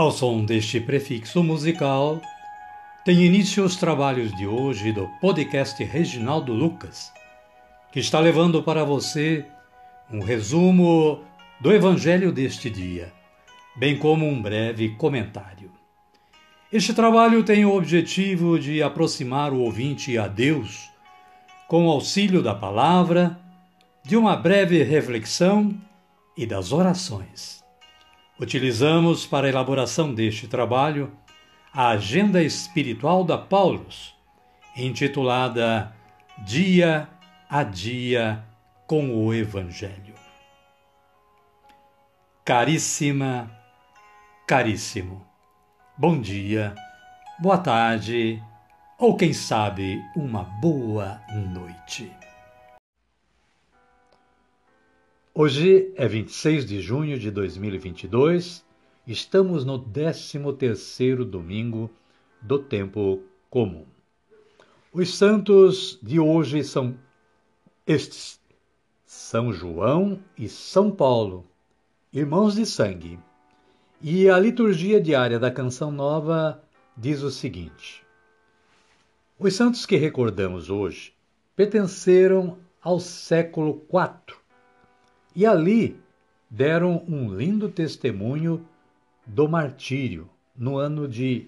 Ao som deste prefixo musical, tem início os trabalhos de hoje do podcast Reginaldo Lucas, que está levando para você um resumo do Evangelho deste dia, bem como um breve comentário. Este trabalho tem o objetivo de aproximar o ouvinte a Deus, com o auxílio da palavra, de uma breve reflexão e das orações. Utilizamos para a elaboração deste trabalho a Agenda Espiritual da Paulus, intitulada Dia a Dia com o Evangelho. Caríssima, caríssimo, bom dia, boa tarde ou quem sabe uma boa noite. Hoje é 26 de junho de 2022, estamos no 13º domingo do tempo comum. Os santos de hoje são estes: São João e São Paulo, irmãos de sangue. E a liturgia diária da Canção Nova diz o seguinte: os santos que recordamos hoje pertenceram ao século IV e ali deram um lindo testemunho do martírio no ano de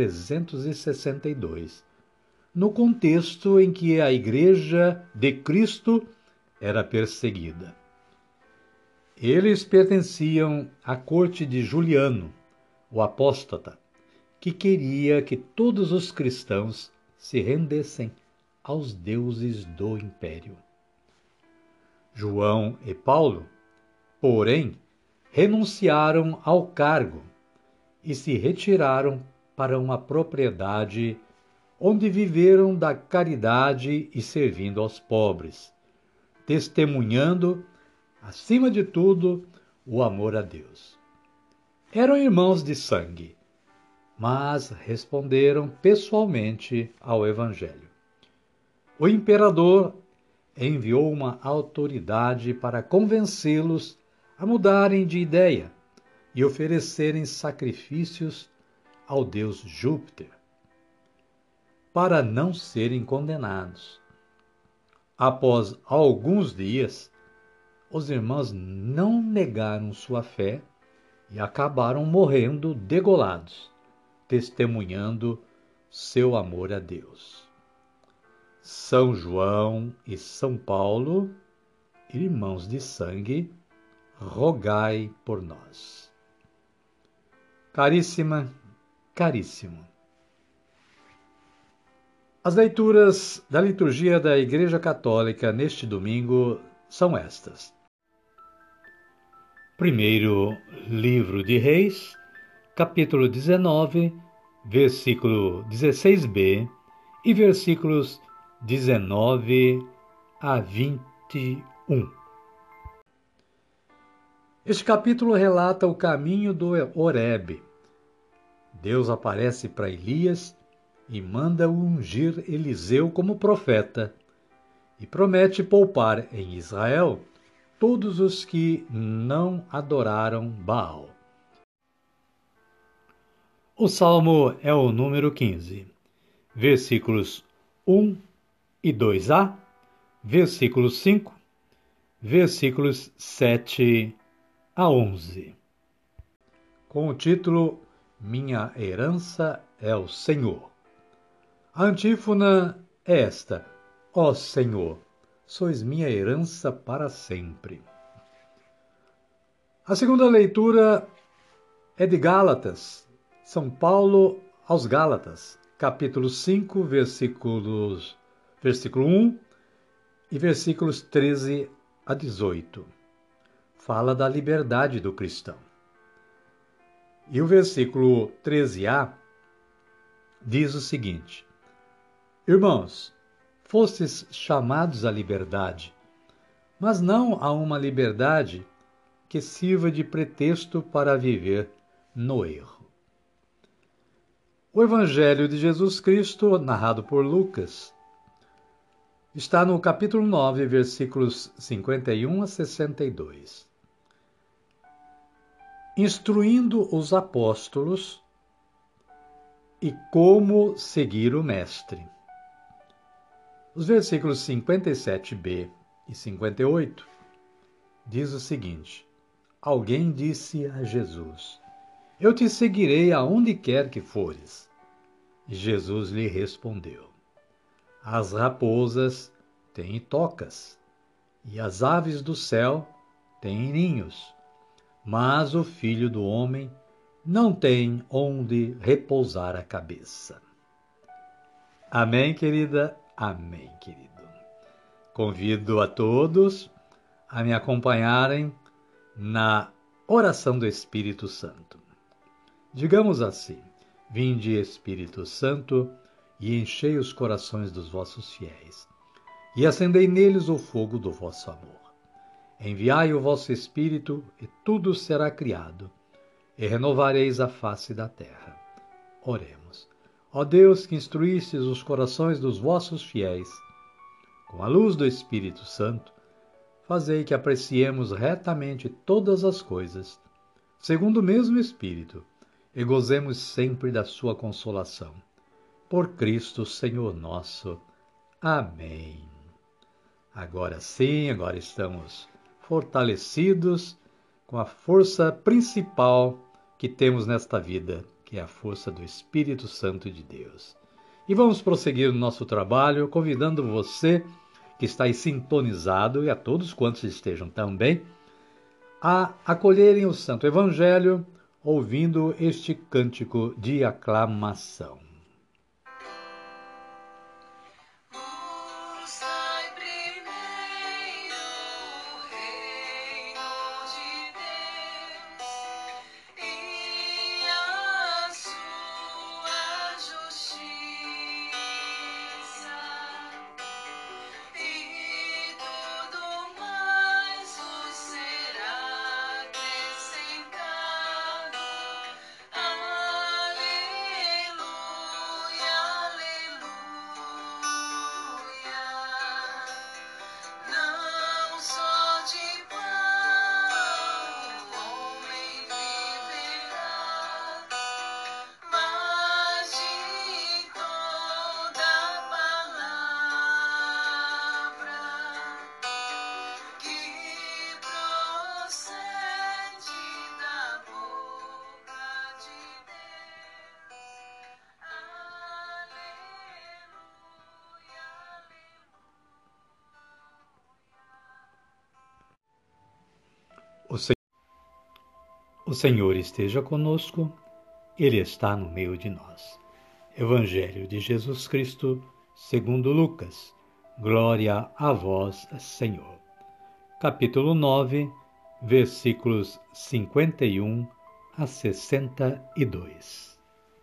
362, no contexto em que a Igreja de Cristo era perseguida. Eles pertenciam à corte de Juliano, o apóstata, que queria que todos os cristãos se rendessem aos deuses do império. João e Paulo, porém, renunciaram ao cargo e se retiraram para uma propriedade onde viveram da caridade e servindo aos pobres, testemunhando, acima de tudo, o amor a Deus. Eram irmãos de sangue, mas responderam pessoalmente ao Evangelho. O imperador enviou uma autoridade para convencê-los a mudarem de ideia e oferecerem sacrifícios ao deus Júpiter, para não serem condenados. Após alguns dias, os irmãos não negaram sua fé e acabaram morrendo degolados, testemunhando seu amor a Deus. São João e São Paulo, irmãos de sangue, rogai por nós. Caríssima, caríssimo. As leituras da liturgia da Igreja Católica neste domingo são estas. Primeiro livro de Reis, capítulo 19, versículo 16b e versículos 19 a 21. Este capítulo relata o caminho do Horebe. Deus aparece para Elias e manda ungir Eliseu como profeta e promete poupar em Israel todos os que não adoraram Baal. O salmo é o número 15, versículos 1 e 2a, versículo 5, versículos 7 a 11. Com o título Minha herança é o Senhor. A antífona é esta: Ó Senhor, sois minha herança para sempre. A segunda leitura é de Gálatas, São Paulo aos Gálatas, capítulo 5, versículo 1 e versículos 13 a 18. Fala da liberdade do cristão. E o versículo 13a diz o seguinte: irmãos, fostes chamados à liberdade, mas não a uma liberdade que sirva de pretexto para viver no erro. O Evangelho de Jesus Cristo, narrado por Lucas, está no capítulo 9, versículos 51 a 62. instruindo os apóstolos e como seguir o Mestre. Os versículos 57b e 58 diz o seguinte: Alguém disse a Jesus: Eu te seguirei aonde quer que fores. E Jesus lhe respondeu: As raposas têm tocas, e as aves do céu têm ninhos, mas o Filho do Homem não tem onde repousar a cabeça. Amém, querida? Amém, querido. Convido a todos a me acompanharem na oração do Espírito Santo. Digamos assim: Vinde, Espírito Santo, e enchei os corações dos vossos fiéis, e acendei neles o fogo do vosso amor. Enviai o vosso Espírito, e tudo será criado, e renovareis a face da terra. Oremos. Ó Deus, que instruístes os corações dos vossos fiéis, com a luz do Espírito Santo, fazei que apreciemos retamente todas as coisas, segundo o mesmo Espírito, e gozemos sempre da sua consolação. Por Cristo, Senhor nosso. Amém. Agora sim, agora estamos fortalecidos com a força principal que temos nesta vida, que é a força do Espírito Santo de Deus. E vamos prosseguir no nosso trabalho, convidando você que está aí sintonizado, e a todos quantos estejam também, a acolherem o Santo Evangelho, ouvindo este cântico de aclamação. O Senhor esteja conosco, Ele está no meio de nós. Evangelho de Jesus Cristo, segundo Lucas. Glória a vós, Senhor. Capítulo 9, versículos 51 a 62.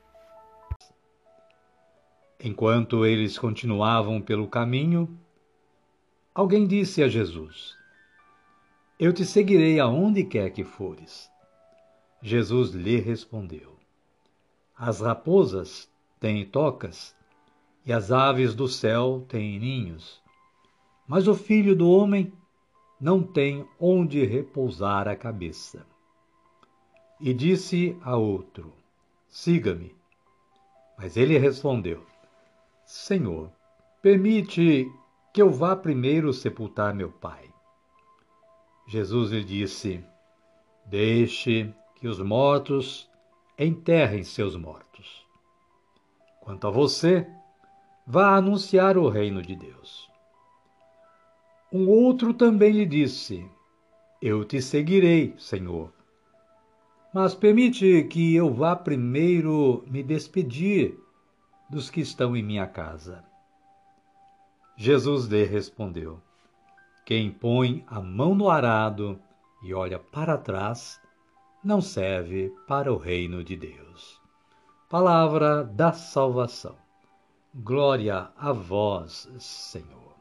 Enquanto eles continuavam pelo caminho, alguém disse a Jesus: Eu te seguirei aonde quer que fores. Jesus lhe respondeu: As raposas têm tocas, e as aves do céu têm ninhos, mas o Filho do Homem não tem onde repousar a cabeça. E disse a outro: Siga-me. Mas ele respondeu: Senhor, permite que eu vá primeiro sepultar meu pai. Jesus lhe disse: Deixe que os mortos enterrem seus mortos. Quanto a você, vá anunciar o reino de Deus. Um outro também lhe disse: Eu te seguirei, Senhor, mas permite que eu vá primeiro me despedir dos que estão em minha casa. Jesus lhe respondeu: Quem põe a mão no arado e olha para trás, não serve para o reino de Deus. Palavra da salvação. Glória a vós, Senhor.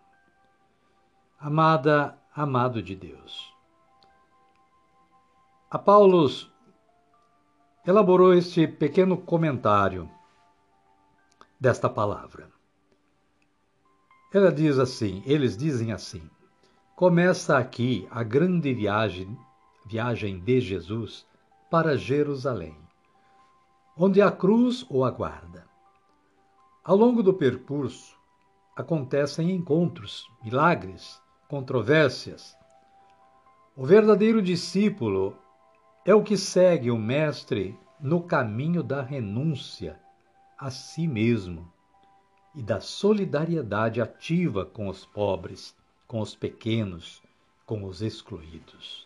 Amada, amado de Deus. A Paulo elaborou este pequeno comentário desta palavra. Eles dizem assim: começa aqui a grande viagem de Jesus para Jerusalém, onde a cruz o aguarda. Ao longo do percurso, acontecem encontros, milagres, controvérsias. O verdadeiro discípulo é o que segue o Mestre no caminho da renúncia a si mesmo e da solidariedade ativa com os pobres, com os pequenos, com os excluídos.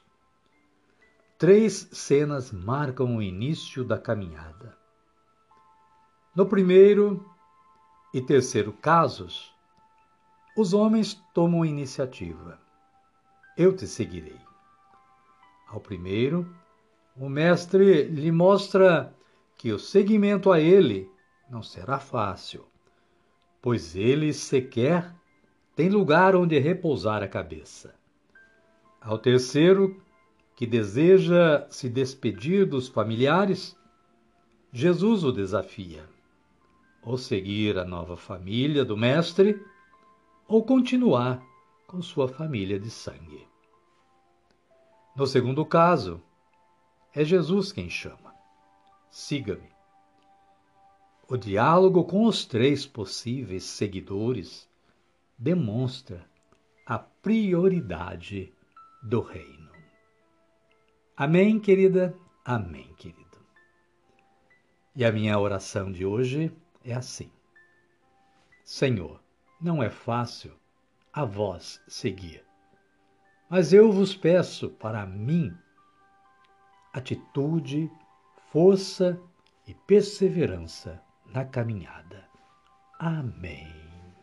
3 cenas marcam o início da caminhada. No primeiro e terceiro casos, os homens tomam a iniciativa. Eu te seguirei. Ao primeiro, o Mestre lhe mostra que o seguimento a ele não será fácil, pois ele sequer tem lugar onde repousar a cabeça. Ao terceiro, que deseja se despedir dos familiares, Jesus o desafia: ou seguir a nova família do Mestre, ou continuar com sua família de sangue. No segundo caso, é Jesus quem chama: siga-me. O diálogo com os 3 possíveis seguidores demonstra a prioridade do reino. Amém, querida? Amém, querido. E a minha oração de hoje é assim: Senhor, não é fácil a vós seguir, mas eu vos peço para mim atitude, força e perseverança na caminhada. Amém.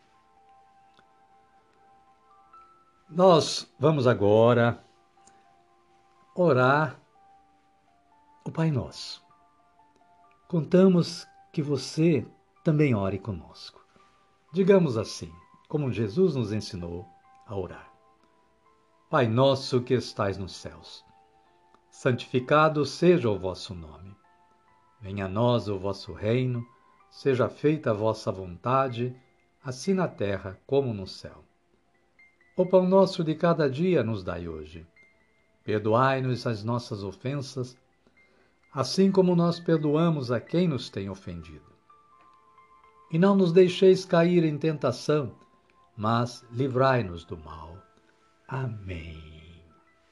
Nós vamos agora orar o Pai Nosso. Contamos que você também ore conosco. Digamos assim, como Jesus nos ensinou a orar: Pai nosso que estais nos céus, santificado seja o vosso nome. Venha a nós o vosso reino, seja feita a vossa vontade, assim na terra como no céu. O pão nosso de cada dia nos dai hoje. Perdoai-nos as nossas ofensas, assim como nós perdoamos a quem nos tem ofendido. E não nos deixeis cair em tentação, mas livrai-nos do mal. Amém.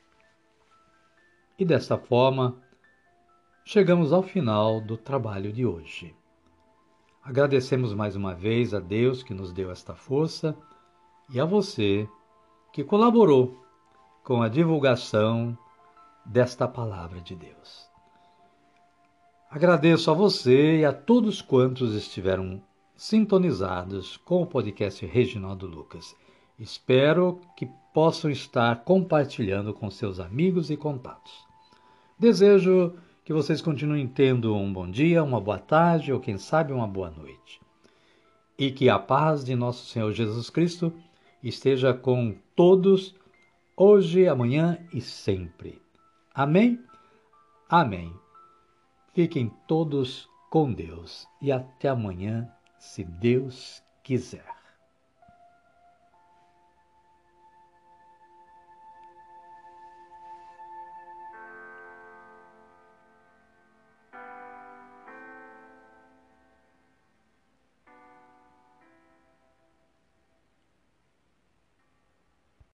E desta forma, chegamos ao final do trabalho de hoje. Agradecemos mais uma vez a Deus que nos deu esta força e a você que colaborou com a divulgação desta palavra de Deus. Agradeço a você e a todos quantos estiveram sintonizados com o podcast Reginaldo Lucas. Espero que possam estar compartilhando com seus amigos e contatos. Desejo que vocês continuem tendo um bom dia, uma boa tarde ou, quem sabe, uma boa noite. E que a paz de nosso Senhor Jesus Cristo esteja com todos, hoje, amanhã e sempre. Amém? Amém. Fiquem todos com Deus e até amanhã, se Deus quiser.